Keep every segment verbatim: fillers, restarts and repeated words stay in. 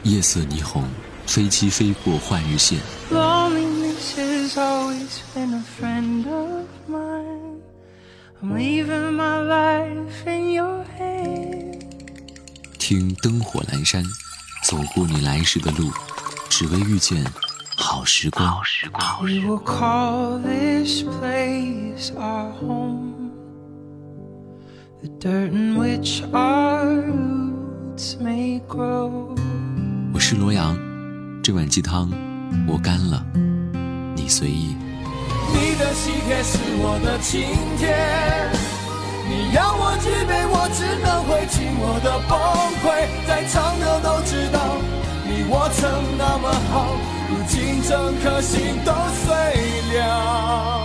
夜色霓虹，飞机飞过换日线。 Loneliness has always been a friend of mine. I'm leaving my life in your hands. 听灯火阑珊，走过你来时的路，只为遇见好时光。好时光。 We will call this place our home. The dirt in which our roots may grow. 我是罗阳，这碗鸡汤我干了，你随意。 你的喜帖是我的晴天，你要我举杯，我只能会尽我的崩溃。在场的都知道，你我曾那么好，如今整颗心都碎了。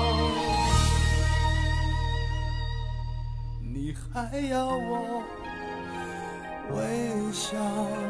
你还要我微笑？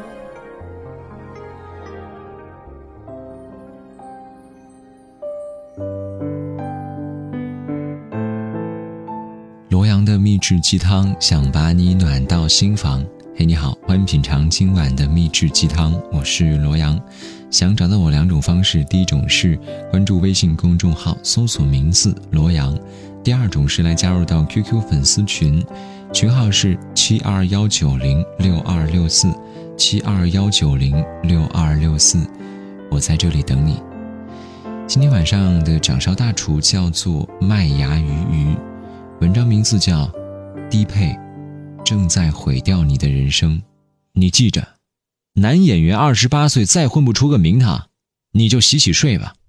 罗阳的秘制鸡汤，想把你暖到心房。嘿，你好，欢迎品尝今晚的秘制鸡汤，我是罗阳。想找到我两种方式，第一种是关注微信公众号，搜索名字罗阳；第二种是来加入到 Q Q 粉丝群，群号是七二一九零六二六四 七二一九零六二六四，我在这里等你。今天晚上的掌勺大厨叫做麦芽鱼鱼，文章名字叫低配正在毁掉你的人生。你记着，男演员二十八岁再混不出个名堂，你就洗洗睡吧。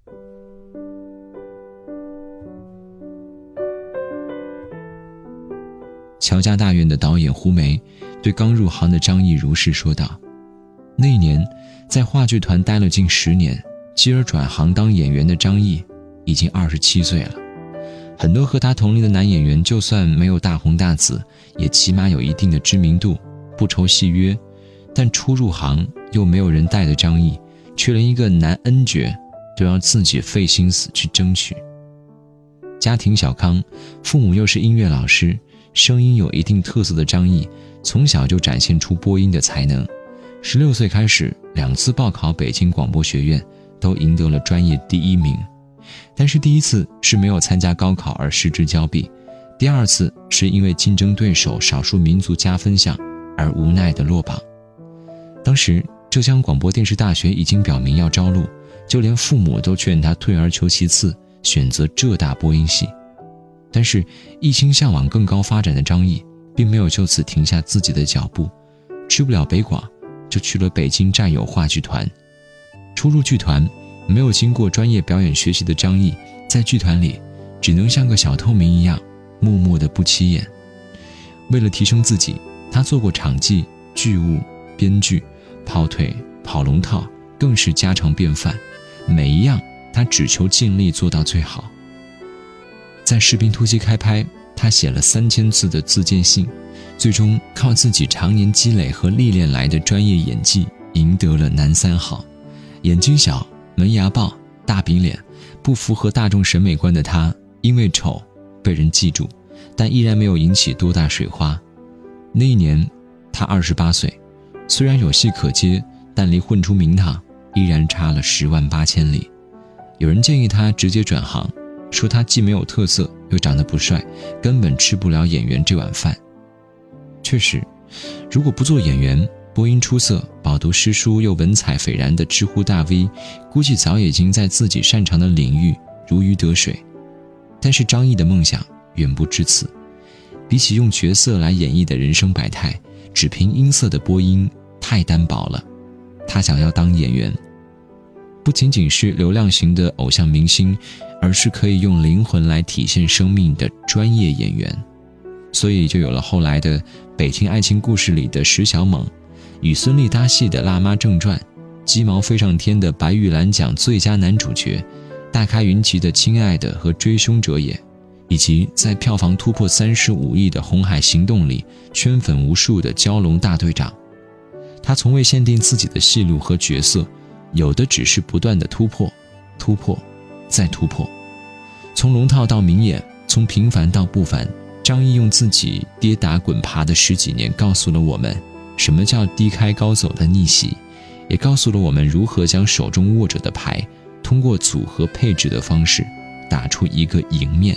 乔家大院的导演胡梅对刚入行的张译如是说道，那一年在话剧团待了近十年，继而转行当演员的张译已经二十七岁了。很多和他同龄的男演员就算没有大红大紫，也起码有一定的知名度，不愁戏约，但初入行又没有人带的张译，却连一个男恩角都要自己费心思去争取。家庭小康，父母又是音乐老师，声音有一定特色的张译从小就展现出播音的才能。十六岁开始，两次报考北京广播学院都赢得了专业第一名，但是第一次是没有参加高考而失之交臂，第二次是因为竞争对手少数民族加分项而无奈的落榜。当时浙江广播电视大学已经表明要招录，就连父母都劝他退而求其次，选择浙大播音系。但是一心向往更高发展的张译并没有就此停下自己的脚步，去不了北广，就去了北京战友话剧团。初入剧团，没有经过专业表演学习的张译在剧团里只能像个小透明一样默默的不起眼。为了提升自己，他做过场记、剧务、编剧、跑腿、跑龙套，更是家常便饭，每一样他只求尽力做到最好。在士兵突击开拍，他写了三千字的自荐信，最终靠自己常年积累和历练来的专业演技赢得了男三好。眼睛小，门牙爆，大饼脸，不符合大众审美观的他，因为丑被人记住，但依然没有引起多大水花。那一年他二十八岁，虽然有戏可接，但离混出名堂依然差了十万八千里。有人建议他直接转行，说他既没有特色又长得不帅，根本吃不了演员这碗饭。确实，如果不做演员，播音出色，饱读诗书又文采斐然的知乎大 V， 估计早已经在自己擅长的领域如鱼得水。但是张译的梦想远不至此，比起用角色来演绎的人生百态，只凭音色的播音太单薄了。他想要当演员，不仅仅是流量型的偶像明星，而是可以用灵魂来体现生命的专业演员。所以就有了后来的《北京爱情故事》里的石小猛，与孙俪搭戏的《辣妈正传》，鸡毛飞上天的白玉兰奖最佳男主角，大咖云集的《亲爱的》和《追凶者也》，以及在票房突破三十五亿的《红海行动》里圈粉无数的蛟龙大队长。他从未限定自己的戏路和角色，有的只是不断的突破，突破，再突破。从龙套到名演，从平凡到不凡，张译用自己跌打滚爬的十几年告诉了我们什么叫低开高走的逆袭， 也告诉了我们如何将手中握着的牌通过组合配置的方式打出一个赢面。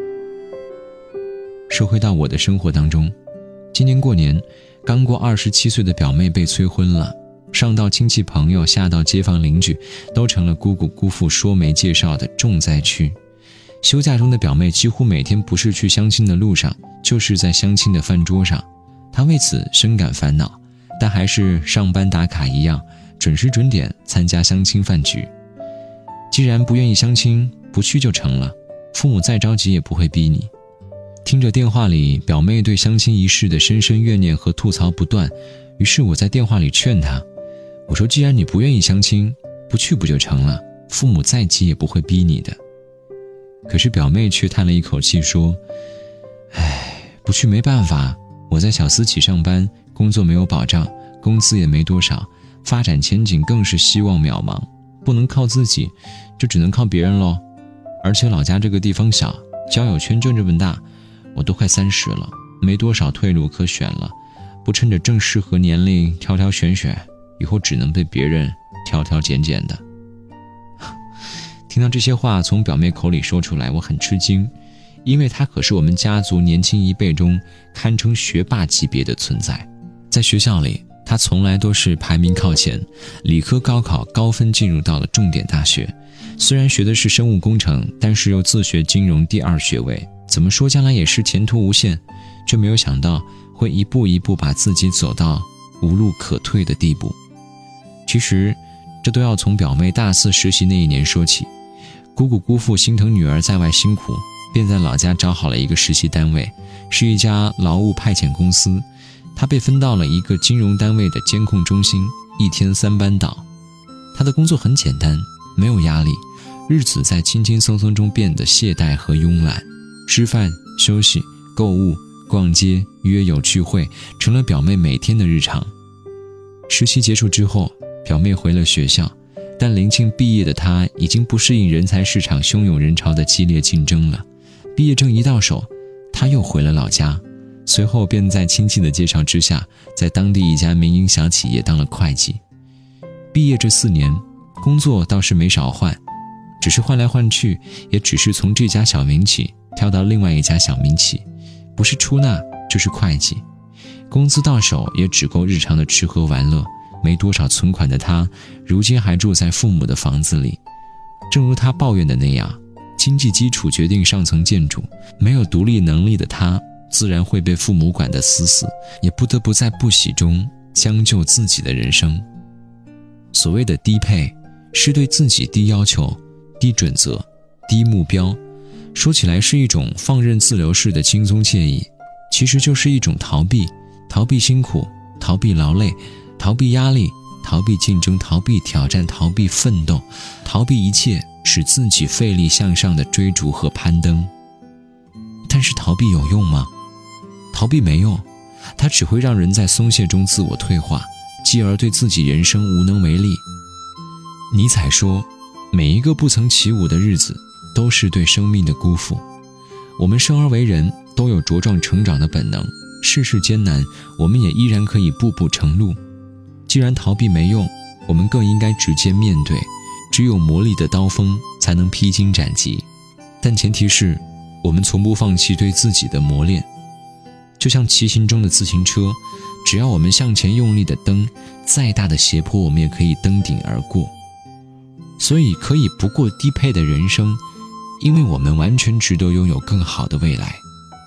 说回到我的生活当中，今年过年，刚过二十七岁的表妹被催婚了，上到亲戚朋友，下到街坊邻居，都成了姑姑姑父说媒介绍的重灾区。休假中的表妹几乎每天不是去相亲的路上，就是在相亲的饭桌上，她为此深感烦恼，但还是上班打卡一样，准时准点参加相亲饭局。既然不愿意相亲，不去就成了，父母再着急也不会逼你。听着电话里表妹对相亲一事的深深怨念和吐槽不断，于是我在电话里劝她，我说既然你不愿意相亲，不去不就成了，父母再急也不会逼你的。可是表妹却叹了一口气说，唉，不去没办法，我在小私企上班，工作没有保障，工资也没多少，发展前景更是希望渺茫，不能靠自己，就只能靠别人咯。而且老家这个地方小，交友圈就这么大，我都快三十了，没多少退路可选了，不趁着正适合年龄挑挑选选，以后只能被别人挑挑拣拣的。听到这些话从表妹口里说出来，我很吃惊，因为她可是我们家族年轻一辈中堪称学霸级别的存在。在学校里，她从来都是排名靠前，理科高考高分进入到了重点大学，虽然学的是生物工程，但是又自学金融第二学位，怎么说将来也是前途无限，却没有想到会一步一步把自己走到无路可退的地步。其实这都要从表妹大四实习那一年说起。姑姑姑父心疼女儿在外辛苦，便在老家找好了一个实习单位，是一家劳务派遣公司。她被分到了一个金融单位的监控中心，一天三班倒。她的工作很简单，没有压力，日子在轻轻松松中变得懈怠和慵懒。吃饭、休息、购物、逛街、约友聚会，成了表妹每天的日常。实习结束之后，表妹回了学校，但临近毕业的她已经不适应人才市场汹涌人潮的激烈竞争了。毕业证一到手，她又回了老家，随后便在亲戚的介绍之下，在当地一家民营小企业当了会计。毕业这四年，工作倒是没少换，只是换来换去，也只是从这家小民企跳到另外一家小民企，不是出纳就是会计。工资到手也只够日常的吃喝玩乐，没多少存款的他，如今还住在父母的房子里。正如他抱怨的那样，经济基础决定上层建筑，没有独立能力的他，自然会被父母管得死死，也不得不在不喜中将就自己的人生。所谓的低配，是对自己低要求、低准则、低目标，说起来是一种放任自流式的轻松惬意，其实就是一种逃避，逃避辛苦，逃避劳累，逃避压力，逃避竞争，逃避挑战，逃避奋斗，逃避一切使自己费力向上的追逐和攀登。但是逃避有用吗？逃避没用，它只会让人在松懈中自我退化，继而对自己人生无能为力。尼采说，每一个不曾起舞的日子都是对生命的辜负。我们生而为人，都有茁壮成长的本能，世事艰难，我们也依然可以步步成路。既然逃避没用，我们更应该直接面对，只有磨砺的刀锋才能披荆斩棘，但前提是我们从不放弃对自己的磨练。就像骑行中的自行车，只要我们向前用力的蹬，再大的斜坡我们也可以登顶而过。所以可以不过低配的人生，因为我们完全值得拥有更好的未来。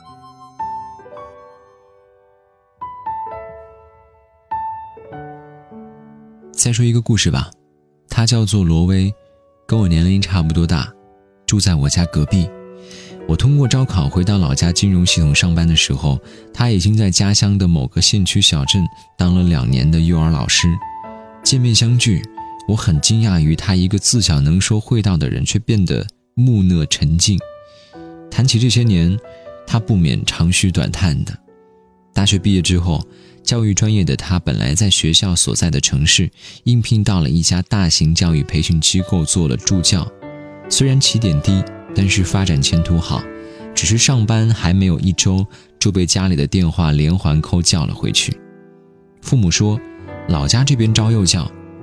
再说一个故事吧，他叫做罗威，跟我年龄差不多大，住在我家隔壁。我通过招考回到老家金融系统上班的时候，他已经在家乡的某个县区小镇当了两年的幼儿老师。见面相聚，我很惊讶于他一个自小能说会道的人却变得木讷沉静。谈起这些年，他不免长吁短叹的。大学毕业之后，教育专业的他本来在学校所在的城市应聘到了一家大型教育培训机构做了助教，虽然起点低，但是发展前途好，只是上班还没有一周就被家里的电话连环扣叫了回去。父母说，老家这边招幼教，就算是有一个机会，也不可能让他马上就去。因为他的父母对他的教育理念是非常的坚定的。他们认为，只有在自己的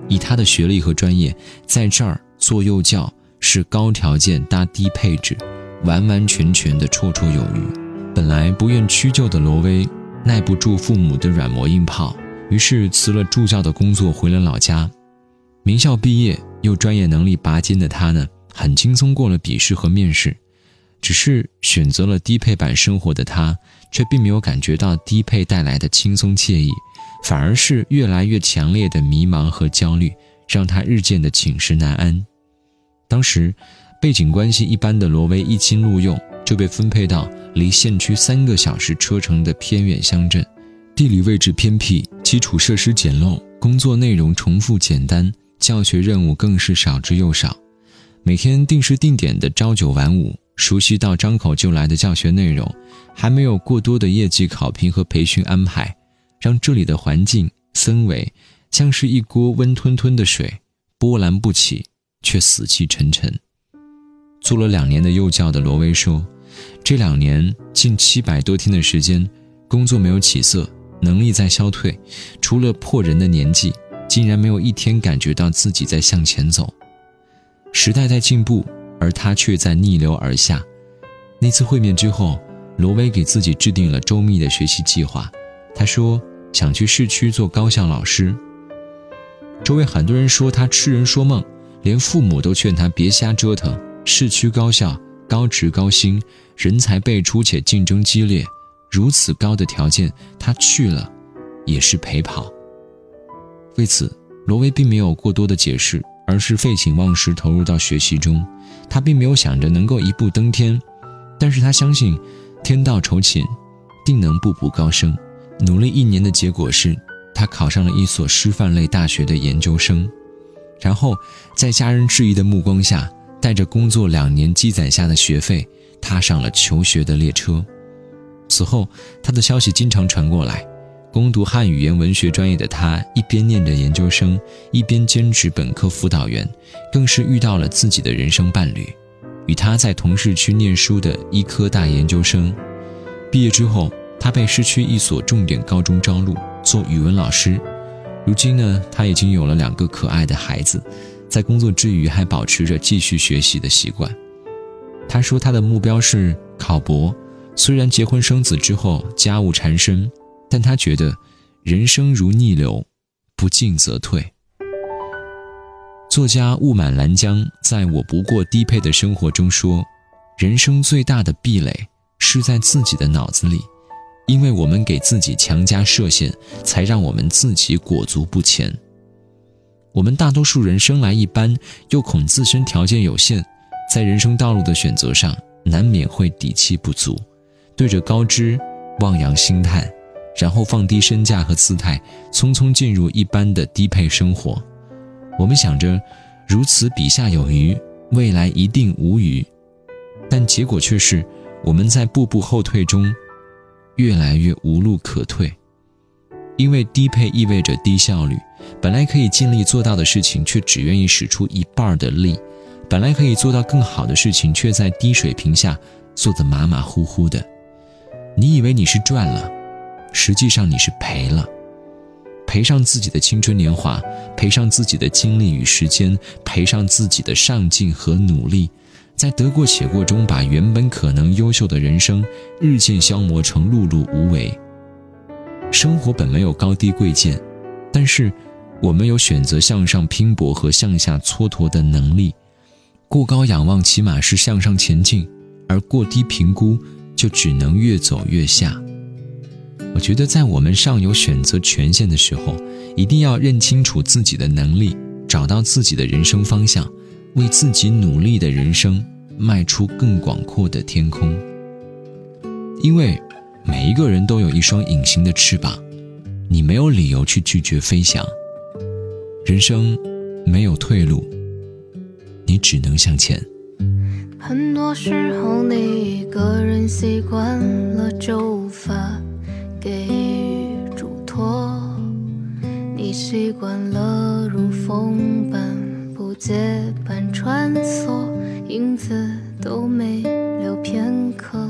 以他的学历和专业，在这儿做幼教是高条件搭低配置，完完全全的绰绰有余。本来不愿屈就的罗威耐不住父母的软磨硬泡，于是辞了助教的工作，回了老家。名校毕业又专业能力拔尖的他呢，很轻松过了笔试和面试。只是选择了低配版生活的他，却并没有感觉到低配带来的轻松惬意，反而是越来越强烈的迷茫和焦虑，让他日渐的寝食难安。当时背景关系一般的罗威一经录用，就被分配到离县区三个小时车程的偏远乡镇，地理位置偏僻，基础设施简陋，工作内容重复简单，教学任务更是少之又少。每天定时定点的朝九晚五，熟悉到张口就来的教学内容，还没有过多的业绩考评和培训安排，让这里的环境氛围像是一锅温吞吞的水，波澜不起，却死气沉沉。做了两年的幼教的罗威说，这两年近七百多天的时间，工作没有起色，能力在消退，除了破人的年纪，竟然没有一天感觉到自己在向前走。时代在进步，而他却在逆流而下。那次会面之后，罗威给自己制定了周密的学习计划。他说想去市区做高校老师。周围很多人说他痴人说梦，连父母都劝他别瞎折腾，市区高校高职高薪，人才辈出且竞争激烈，如此高的条件他去了也是陪跑。为此罗威并没有过多的解释，而是废寝忘食投入到学习中。他并没有想着能够一步登天，但是他相信天道酬勤，定能步步高升。努力一年的结果是，他考上了一所师范类大学的研究生，然后在家人质疑的目光下，带着工作两年积攒下的学费，踏上了求学的列车。此后他的消息经常传过来，攻读汉语言文学专业的他，一边念着研究生，一边兼职本科辅导员，更是遇到了自己的人生伴侣，与他在同市区念书的医科大研究生。毕业之后，他被市区一所重点高中招录做语文老师。如今呢，他已经有了两个可爱的孩子，在工作之余还保持着继续学习的习惯。他说他的目标是考博，虽然结婚生子之后家务缠身，但他觉得人生如逆流，不进则退。作家雾满拦江在我不过低配的生活中说，人生最大的壁垒是在自己的脑子里，因为我们给自己强加设限，才让我们自己裹足不前。我们大多数人生来一般，又恐自身条件有限，在人生道路的选择上难免会底气不足，对着高枝望洋兴叹，然后放低身价和姿态，匆匆进入一般的低配生活。我们想着如此笔下有余，未来一定无余，但结果却是我们在步步后退中越来越无路可退。因为低配意味着低效率，本来可以尽力做到的事情却只愿意使出一半的力，本来可以做到更好的事情却在低水平下做得马马虎虎的。你以为你是赚了，实际上你是赔了，赔上自己的青春年华，赔上自己的精力与时间，赔上自己的上进和努力，在得过且过中把原本可能优秀的人生日渐消磨成碌碌无为。生活本没有高低贵贱，但是我们有选择向上拼搏和向下蹉跎的能力。过高仰望起码是向上前进，而过低评估就只能越走越下。我觉得在我们尚有选择权限的时候，一定要认清楚自己的能力，找到自己的人生方向，为自己努力的人生迈出更广阔的天空。因为每一个人都有一双隐形的翅膀，你没有理由去拒绝飞翔。人生没有退路，你只能向前。 很多时候你一个人习惯了就无法给予嘱托，你习惯了如风般不结伴穿梭，影子都没留片刻。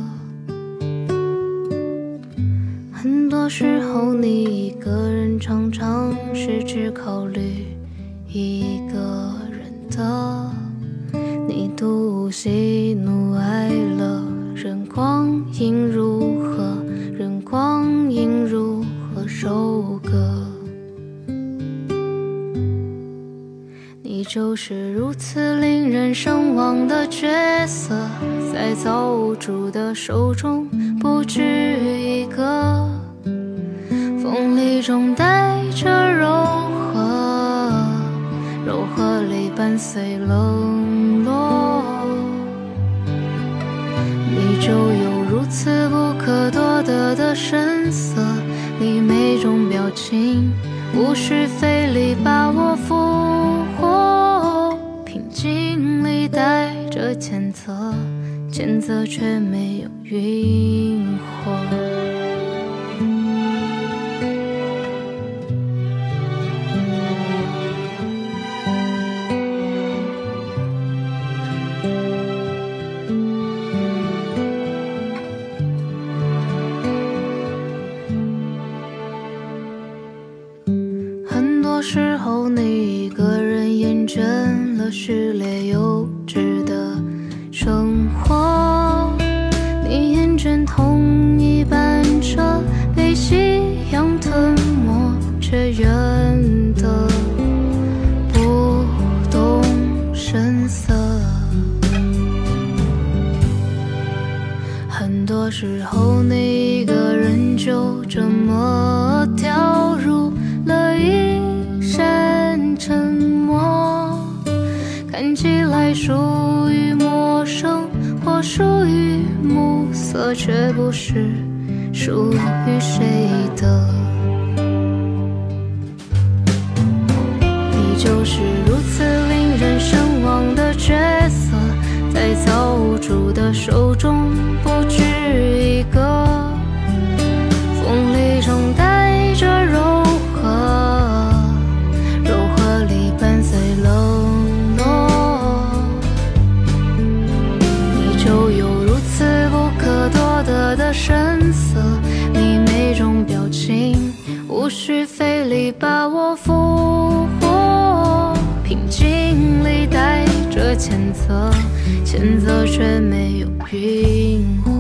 很多时候你一个人常常是只考虑一个人的，你独喜怒哀乐，任光阴如何，任光阴如何收割。你就是如此令人神往的角色，在造物主的手中不止一个，锋利中带着柔和，柔和里伴随冷落。你就有如此不可多得的神色，你每种表情无需费力把我俘获，平静里带着谴责，谴责却没有晕火。很多时候你一个人厌倦了序列幼稚的生活，你厌倦同一班车被夕阳吞没，却远得不动声色。很多时候你一个人就这么掉入了一身沉默，看起来属于陌生或属于暮色，却不是属于谁的。你就是如此令人神往的角色，在造物主的手中不止一个，锋利中带着柔和，柔和里伴随冷落。你就有如此不可多得的神色，你每种表情无需费力把我俘获，平静里带着谴责，谴责却没有晕火。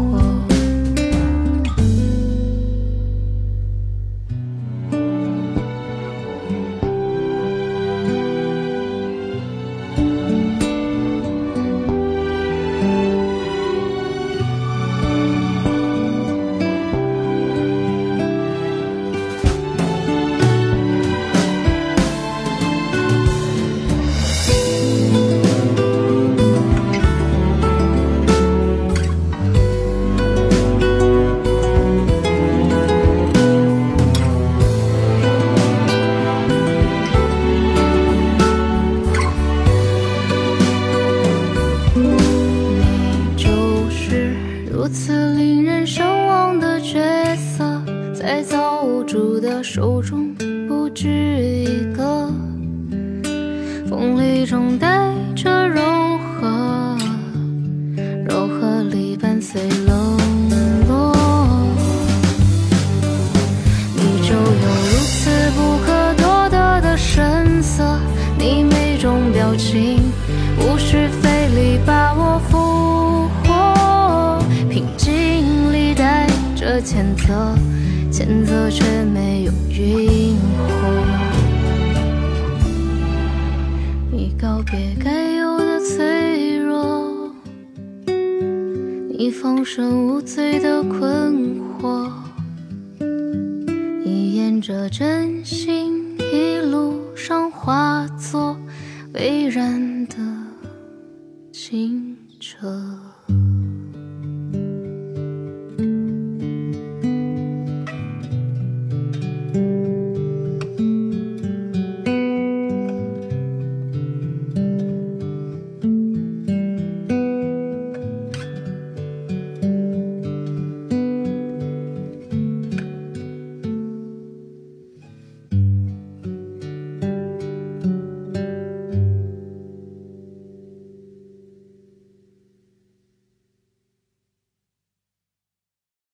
如此令人神往的角色，在造物主的手中不止一个，锋利中带着柔和，柔和里伴随冷落。你就有如此不可多得的神色，你每种表情无需费力把我俘获，平静里带着谴责，谴责却没有晕火。你告别该有的脆弱，你放声无罪的困惑，你沿着真心一路上化作蔚然